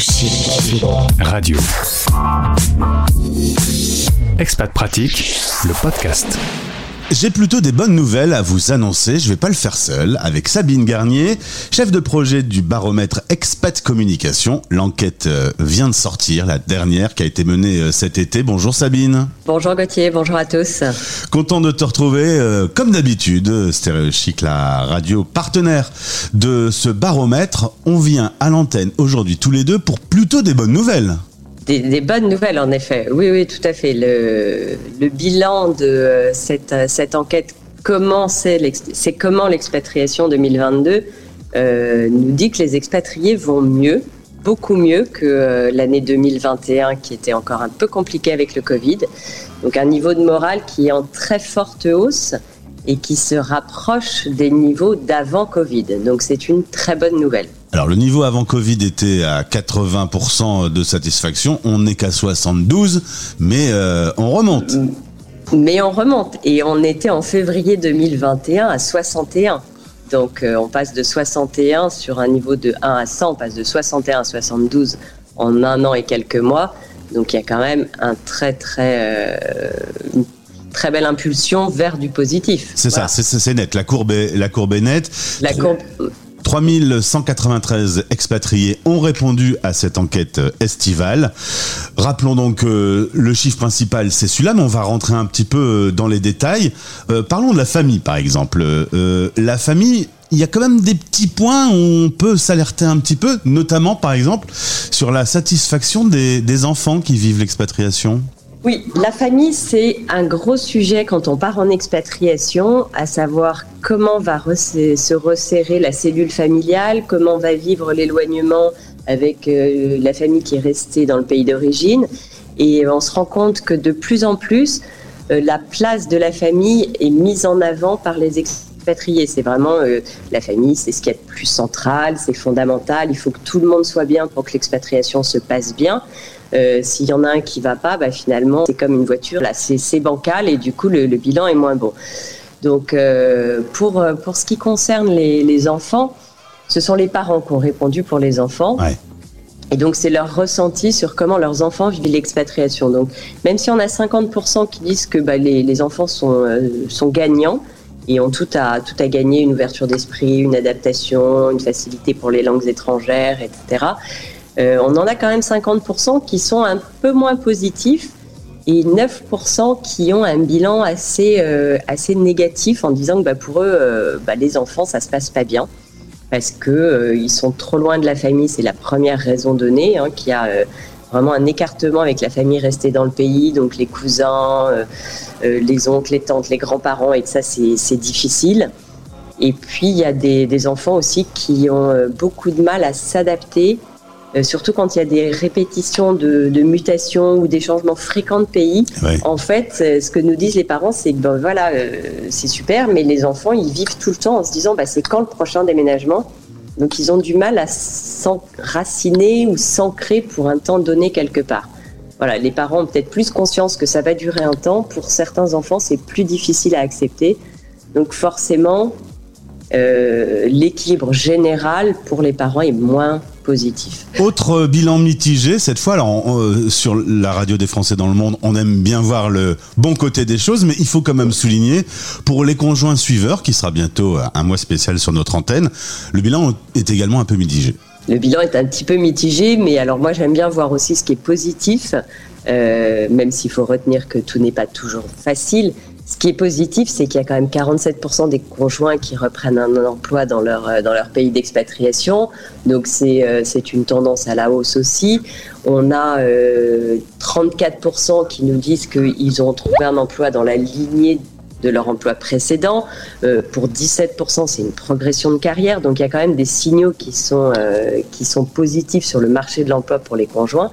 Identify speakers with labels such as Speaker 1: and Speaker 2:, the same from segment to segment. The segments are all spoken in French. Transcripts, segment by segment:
Speaker 1: Chic Radio. Expat Pratique, le podcast.
Speaker 2: J'ai plutôt des bonnes nouvelles à vous annoncer, je vais pas le faire seul, avec Sabine Garnier, chef de projet du baromètre Expat Communication. L'enquête vient de sortir, la dernière qui a été menée cet été. Bonjour Sabine.
Speaker 3: Bonjour Gauthier, bonjour à tous.
Speaker 2: Content de te retrouver, comme d'habitude, Stéréo Chic, la radio partenaire de ce baromètre. On vient à l'antenne aujourd'hui tous les deux pour plutôt des bonnes nouvelles.
Speaker 3: Des bonnes nouvelles, en effet. Oui, tout à fait. Le bilan de cette enquête, c'est comment l'expatriation 2022 nous dit que les expatriés vont mieux, beaucoup mieux que l'année 2021 qui était encore un peu compliquée avec le Covid. Donc un niveau de morale qui est en très forte hausse et qui se rapproche des niveaux d'avant Covid. Donc c'est une très bonne nouvelle.
Speaker 2: Alors le niveau avant Covid était à 80% de satisfaction, on n'est qu'à 72%, mais on remonte.
Speaker 3: Mais on remonte, et on était en février 2021 à 61. Donc on passe de 61 sur un niveau de 1 à 100, on passe de 61 à 72 en un an et quelques mois. Donc il y a quand même une très belle impulsion vers du positif.
Speaker 2: C'est voilà. Ça, c'est net, la courbe est nette. 3193 expatriés ont répondu à cette enquête estivale. Rappelons donc le chiffre principal, c'est celui-là, mais on va rentrer un petit peu dans les détails. Parlons de la famille, par exemple. La famille, il y a quand même des petits points où on peut s'alerter un petit peu, notamment, par exemple, sur la satisfaction des enfants qui vivent l'expatriation.
Speaker 3: Oui, la famille, c'est un gros sujet quand on part en expatriation, à savoir comment va se resserrer la cellule familiale, comment va vivre l'éloignement avec la famille qui est restée dans le pays d'origine. Et on se rend compte que de plus en plus, la place de la famille est mise en avant par les expatriés. C'est vraiment la famille, c'est ce qui est le plus central, c'est fondamental. Il faut que tout le monde soit bien pour que l'expatriation se passe bien. S'il y en a un qui va pas, finalement c'est comme une voiture, là c'est bancal et du coup le bilan est moins bon. Donc pour ce qui concerne les enfants, ce sont les parents qui ont répondu pour les enfants. Ouais. Et donc c'est leur ressenti sur comment leurs enfants vivent l'expatriation. Donc même si on a 50% qui disent que les enfants sont gagnants et ont tout à gagner, une ouverture d'esprit, une adaptation, une facilité pour les langues étrangères, etc. On en a quand même 50% qui sont un peu moins positifs et 9% qui ont un bilan assez négatif en disant que pour eux, les enfants, ça se passe pas bien parce que ils sont trop loin de la famille. C'est la première raison donnée, qu'il y a vraiment un écartement avec la famille restée dans le pays, donc les cousins, les oncles, les tantes, les grands-parents, et ça, c'est difficile. Et puis, il y a des enfants aussi qui ont beaucoup de mal à s'adapter. Surtout quand il y a des répétitions de mutations ou des changements fréquents de pays. Ouais. En fait, ce que nous disent les parents, c'est que c'est super, mais les enfants, ils vivent tout le temps en se disant c'est quand le prochain déménagement. Donc ils ont du mal à s'enraciner ou s'ancrer pour un temps donné quelque part. Voilà, les parents ont peut-être plus conscience que ça va durer un temps. Pour certains enfants, c'est plus difficile à accepter. Donc forcément, l'équilibre général pour les parents est moins positif.
Speaker 2: Autre bilan mitigé cette fois. Alors sur la radio des Français dans le monde, on aime bien voir le bon côté des choses, mais il faut quand même souligner pour les conjoints suiveurs, qui sera bientôt un mois spécial sur notre antenne, le bilan est également un peu mitigé.
Speaker 3: Le bilan est un petit peu mitigé, mais alors moi j'aime bien voir aussi ce qui est positif, même s'il faut retenir que tout n'est pas toujours facile. Ce qui est positif, c'est qu'il y a quand même 47% des conjoints qui reprennent un emploi dans leur pays d'expatriation. Donc c'est une tendance à la hausse aussi. On a 34% qui nous disent qu'ils ont trouvé un emploi dans la lignée de leur emploi précédent. Pour 17%, c'est une progression de carrière. Donc il y a quand même des signaux qui sont positifs sur le marché de l'emploi pour les conjoints.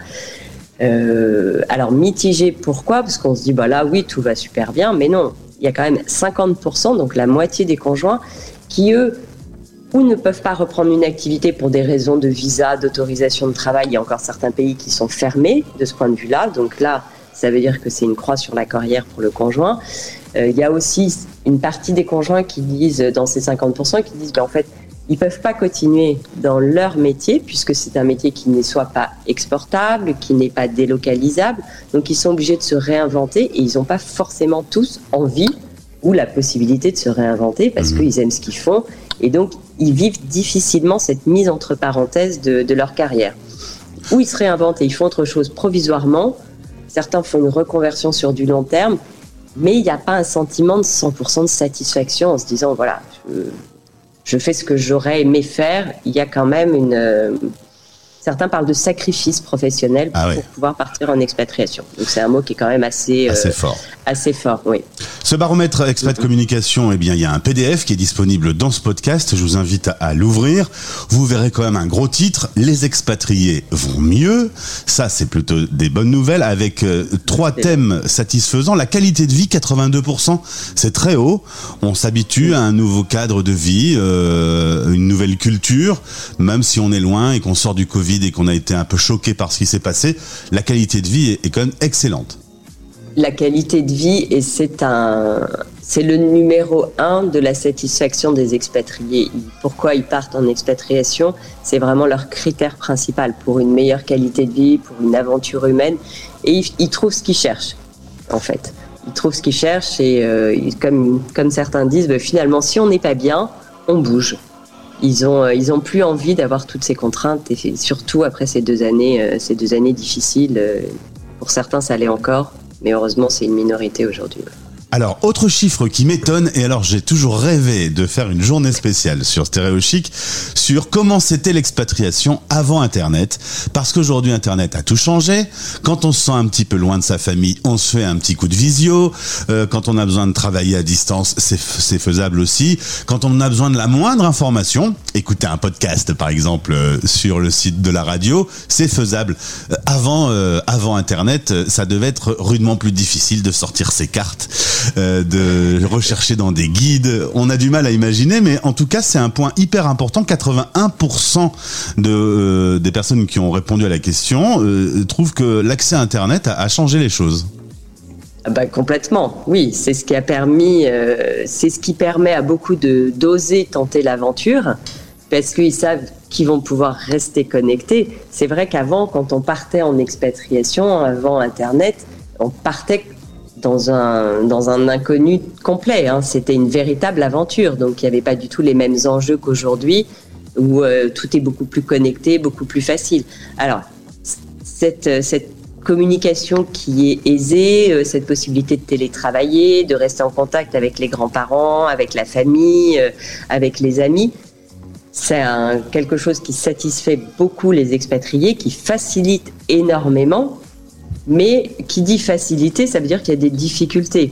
Speaker 3: Alors mitigé, pourquoi ? Parce qu'on se dit là oui, tout va super bien, mais non, il y a quand même 50%, donc la moitié des conjoints qui eux ou ne peuvent pas reprendre une activité pour des raisons de visa, d'autorisation de travail. Il y a encore certains pays qui sont fermés de ce point de vue-là, donc là ça veut dire que c'est une croix sur la carrière pour le conjoint. Il y a aussi une partie des conjoints qui disent, dans ces 50%, qui disent en fait ils peuvent pas continuer dans leur métier puisque c'est un métier qui ne soit pas exportable, qui n'est pas délocalisable. Donc ils sont obligés de se réinventer et ils n'ont pas forcément tous envie ou la possibilité de se réinventer parce qu'ils aiment ce qu'ils font et donc ils vivent difficilement cette mise entre parenthèses de leur carrière. Ou ils se réinventent et ils font autre chose provisoirement. Certains font une reconversion sur du long terme, mais il n'y a pas un sentiment de 100% de satisfaction en se disant voilà, je fais ce que j'aurais aimé faire. Il y a quand même certains parlent de sacrifice professionnel pour pouvoir partir en expatriation. Donc c'est un mot qui est quand même assez
Speaker 2: fort.
Speaker 3: Assez fort, oui.
Speaker 2: Ce baromètre Expat Communication, eh bien, il y a un PDF qui est disponible dans ce podcast. Je vous invite à l'ouvrir. Vous verrez quand même un gros titre. Les expatriés vont mieux. Ça, c'est plutôt des bonnes nouvelles avec 3 thèmes satisfaisants. La qualité de vie, 82%. C'est très haut. On s'habitue à un nouveau cadre de vie, une nouvelle culture. Même si on est loin et qu'on sort du Covid et qu'on a été un peu choqué par ce qui s'est passé, la qualité de vie est quand même excellente.
Speaker 3: La qualité de vie, et c'est le numéro 1 de la satisfaction des expatriés. Pourquoi ils partent en expatriation ? C'est vraiment leur critère principal pour une meilleure qualité de vie, pour une aventure humaine. Et ils trouvent ce qu'ils cherchent, en fait. Ils trouvent ce qu'ils cherchent et comme certains disent, finalement, si on n'est pas bien, on bouge. Ils ont plus envie d'avoir toutes ces contraintes et surtout après ces 2 années difficiles. Pour certains, ça l'est encore. Mais heureusement, c'est une minorité aujourd'hui.
Speaker 2: Alors, autre chiffre qui m'étonne, et alors j'ai toujours rêvé de faire une journée spéciale sur Stéréo Chic, sur comment c'était l'expatriation avant Internet, parce qu'aujourd'hui Internet a tout changé. Quand on se sent un petit peu loin de sa famille, on se fait un petit coup de visio. Quand on a besoin de travailler à distance, c'est faisable aussi. Quand on a besoin de la moindre information, écouter un podcast par exemple sur le site de la radio, c'est faisable. Avant Internet, ça devait être rudement plus difficile de sortir ses cartes, de rechercher dans des guides. On a du mal à imaginer, mais en tout cas, c'est un point hyper important. 81% des personnes qui ont répondu à la question trouvent que l'accès à Internet a changé les choses.
Speaker 3: Complètement, oui. C'est ce qui a permis, c'est ce qui permet à beaucoup d'oser tenter l'aventure, parce qu'ils savent qu'ils vont pouvoir rester connectés. C'est vrai qu'avant, quand on partait en expatriation, avant Internet, on partait dans un inconnu complet. C'était une véritable aventure. Donc, il n'y avait pas du tout les mêmes enjeux qu'aujourd'hui, où tout est beaucoup plus connecté, beaucoup plus facile. Alors, cette communication qui est aisée, cette possibilité de télétravailler, de rester en contact avec les grands-parents, avec la famille, avec les amis, c'est quelque chose qui satisfait beaucoup les expatriés, qui facilite énormément. Mais qui dit facilité, ça veut dire qu'il y a des difficultés.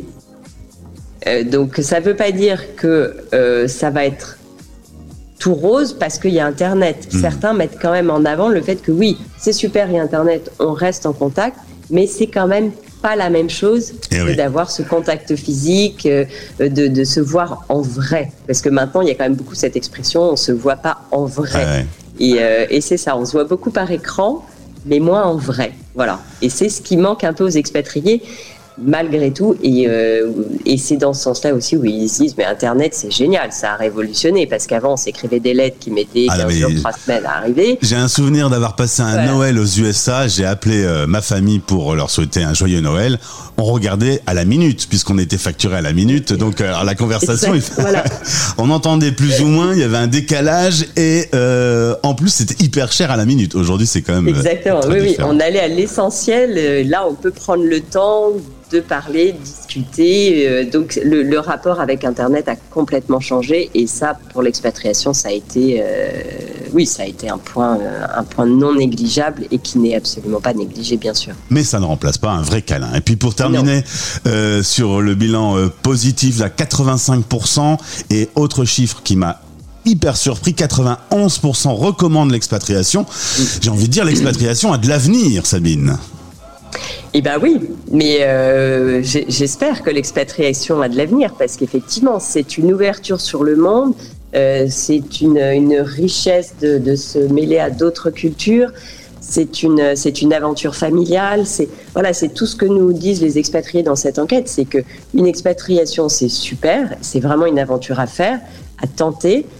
Speaker 3: Donc ça ne veut pas dire que ça va être tout rose parce qu'il y a Internet. Certains mettent quand même en avant le fait que oui, c'est super, il y a Internet, on reste en contact, mais c'est quand même pas la même chose que d'avoir ce contact physique, de se voir en vrai. Parce que maintenant, il y a quand même beaucoup cette expression, on ne se voit pas en vrai. Et c'est ça, on se voit beaucoup par écran, mais moins en vrai. Voilà. Et c'est ce qui manque un peu aux expatriés, malgré tout. Et c'est dans ce sens-là aussi où ils se disent, mais Internet, c'est génial, ça a révolutionné. Parce qu'avant, on s'écrivait des lettres qui mettaient 15 jours, 3 semaines à arriver.
Speaker 2: J'ai un souvenir d'avoir passé un Noël aux USA. J'ai appelé ma famille pour leur souhaiter un joyeux Noël. On regardait à la minute, puisqu'on était facturé à la minute. Donc, la conversation, on entendait plus ou moins, il y avait un décalage. Et en plus, c'était hyper cher à la minute. Aujourd'hui, c'est quand même
Speaker 3: exactement. Oui, on allait à l'essentiel. Là, on peut prendre le temps de parler, de discuter. Donc, le rapport avec Internet a complètement changé. Et ça, pour l'expatriation, ça a été, ça a été un point non négligeable et qui n'est absolument pas négligé, bien sûr.
Speaker 2: Mais ça ne remplace pas un vrai câlin. Et puis, pour terminer, sur le bilan positif, à 85%, et autre chiffre qui m'a hyper surpris, 91% recommandent l'expatriation. J'ai envie de dire, l'expatriation a de l'avenir, Sabine.
Speaker 3: Eh bien oui, mais j'espère que l'expatriation a de l'avenir parce qu'effectivement, c'est une ouverture sur le monde, c'est une richesse de se mêler à d'autres cultures, c'est une aventure familiale, c'est tout ce que nous disent les expatriés dans cette enquête, c'est qu'une expatriation, c'est super, c'est vraiment une aventure à faire, à tenter,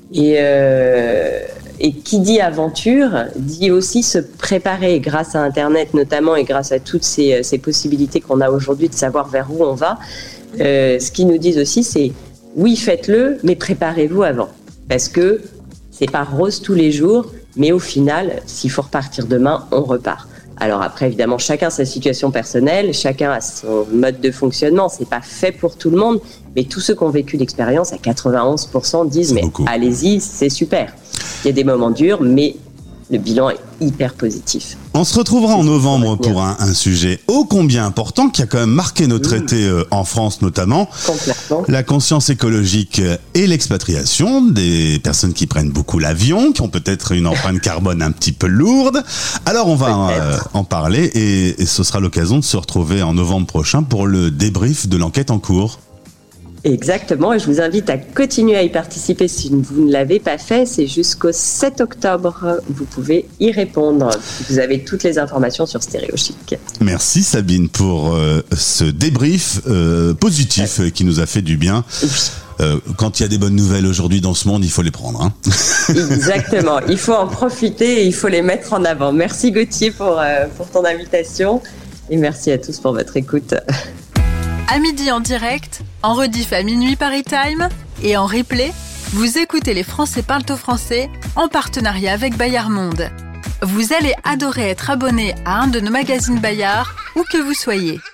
Speaker 3: Et qui dit aventure, dit aussi se préparer grâce à Internet notamment et grâce à toutes ces possibilités qu'on a aujourd'hui de savoir vers où on va. Ce qu'ils nous disent aussi, c'est oui, faites-le, mais préparez-vous avant. Parce que c'est pas rose tous les jours, mais au final, s'il faut repartir demain, on repart. Alors après, évidemment, chacun sa situation personnelle, chacun a son mode de fonctionnement. C'est pas fait pour tout le monde, mais tous ceux qui ont vécu l'expérience, à 91% disent mais allez-y, c'est super. Il y a des moments durs, mais le bilan est hyper positif.
Speaker 2: On se retrouvera en novembre pour un sujet ô combien important qui a quand même marqué notre été en France notamment.
Speaker 3: Complètement.
Speaker 2: La conscience écologique et l'expatriation, des personnes qui prennent beaucoup l'avion, qui ont peut-être une empreinte carbone un petit peu lourde. Alors on va en parler et ce sera l'occasion de se retrouver en novembre prochain pour le débrief de l'enquête en cours.
Speaker 3: Exactement, et je vous invite à continuer à y participer si vous ne l'avez pas fait. C'est jusqu'au 7 octobre, vous pouvez y répondre. Vous avez toutes les informations sur Stéréochic.
Speaker 2: Merci Sabine pour ce débrief positif qui nous a fait du bien. Quand il y a des bonnes nouvelles aujourd'hui dans ce monde, il faut les prendre. Hein.
Speaker 3: Exactement, il faut en profiter et il faut les mettre en avant. Merci Gauthier pour ton invitation et merci à tous pour votre écoute.
Speaker 4: À midi en direct, en rediff à minuit Paris Time et en replay, vous écoutez Les Français parlent au français en partenariat avec Bayard Monde. Vous allez adorer être abonné à un de nos magazines Bayard, où que vous soyez.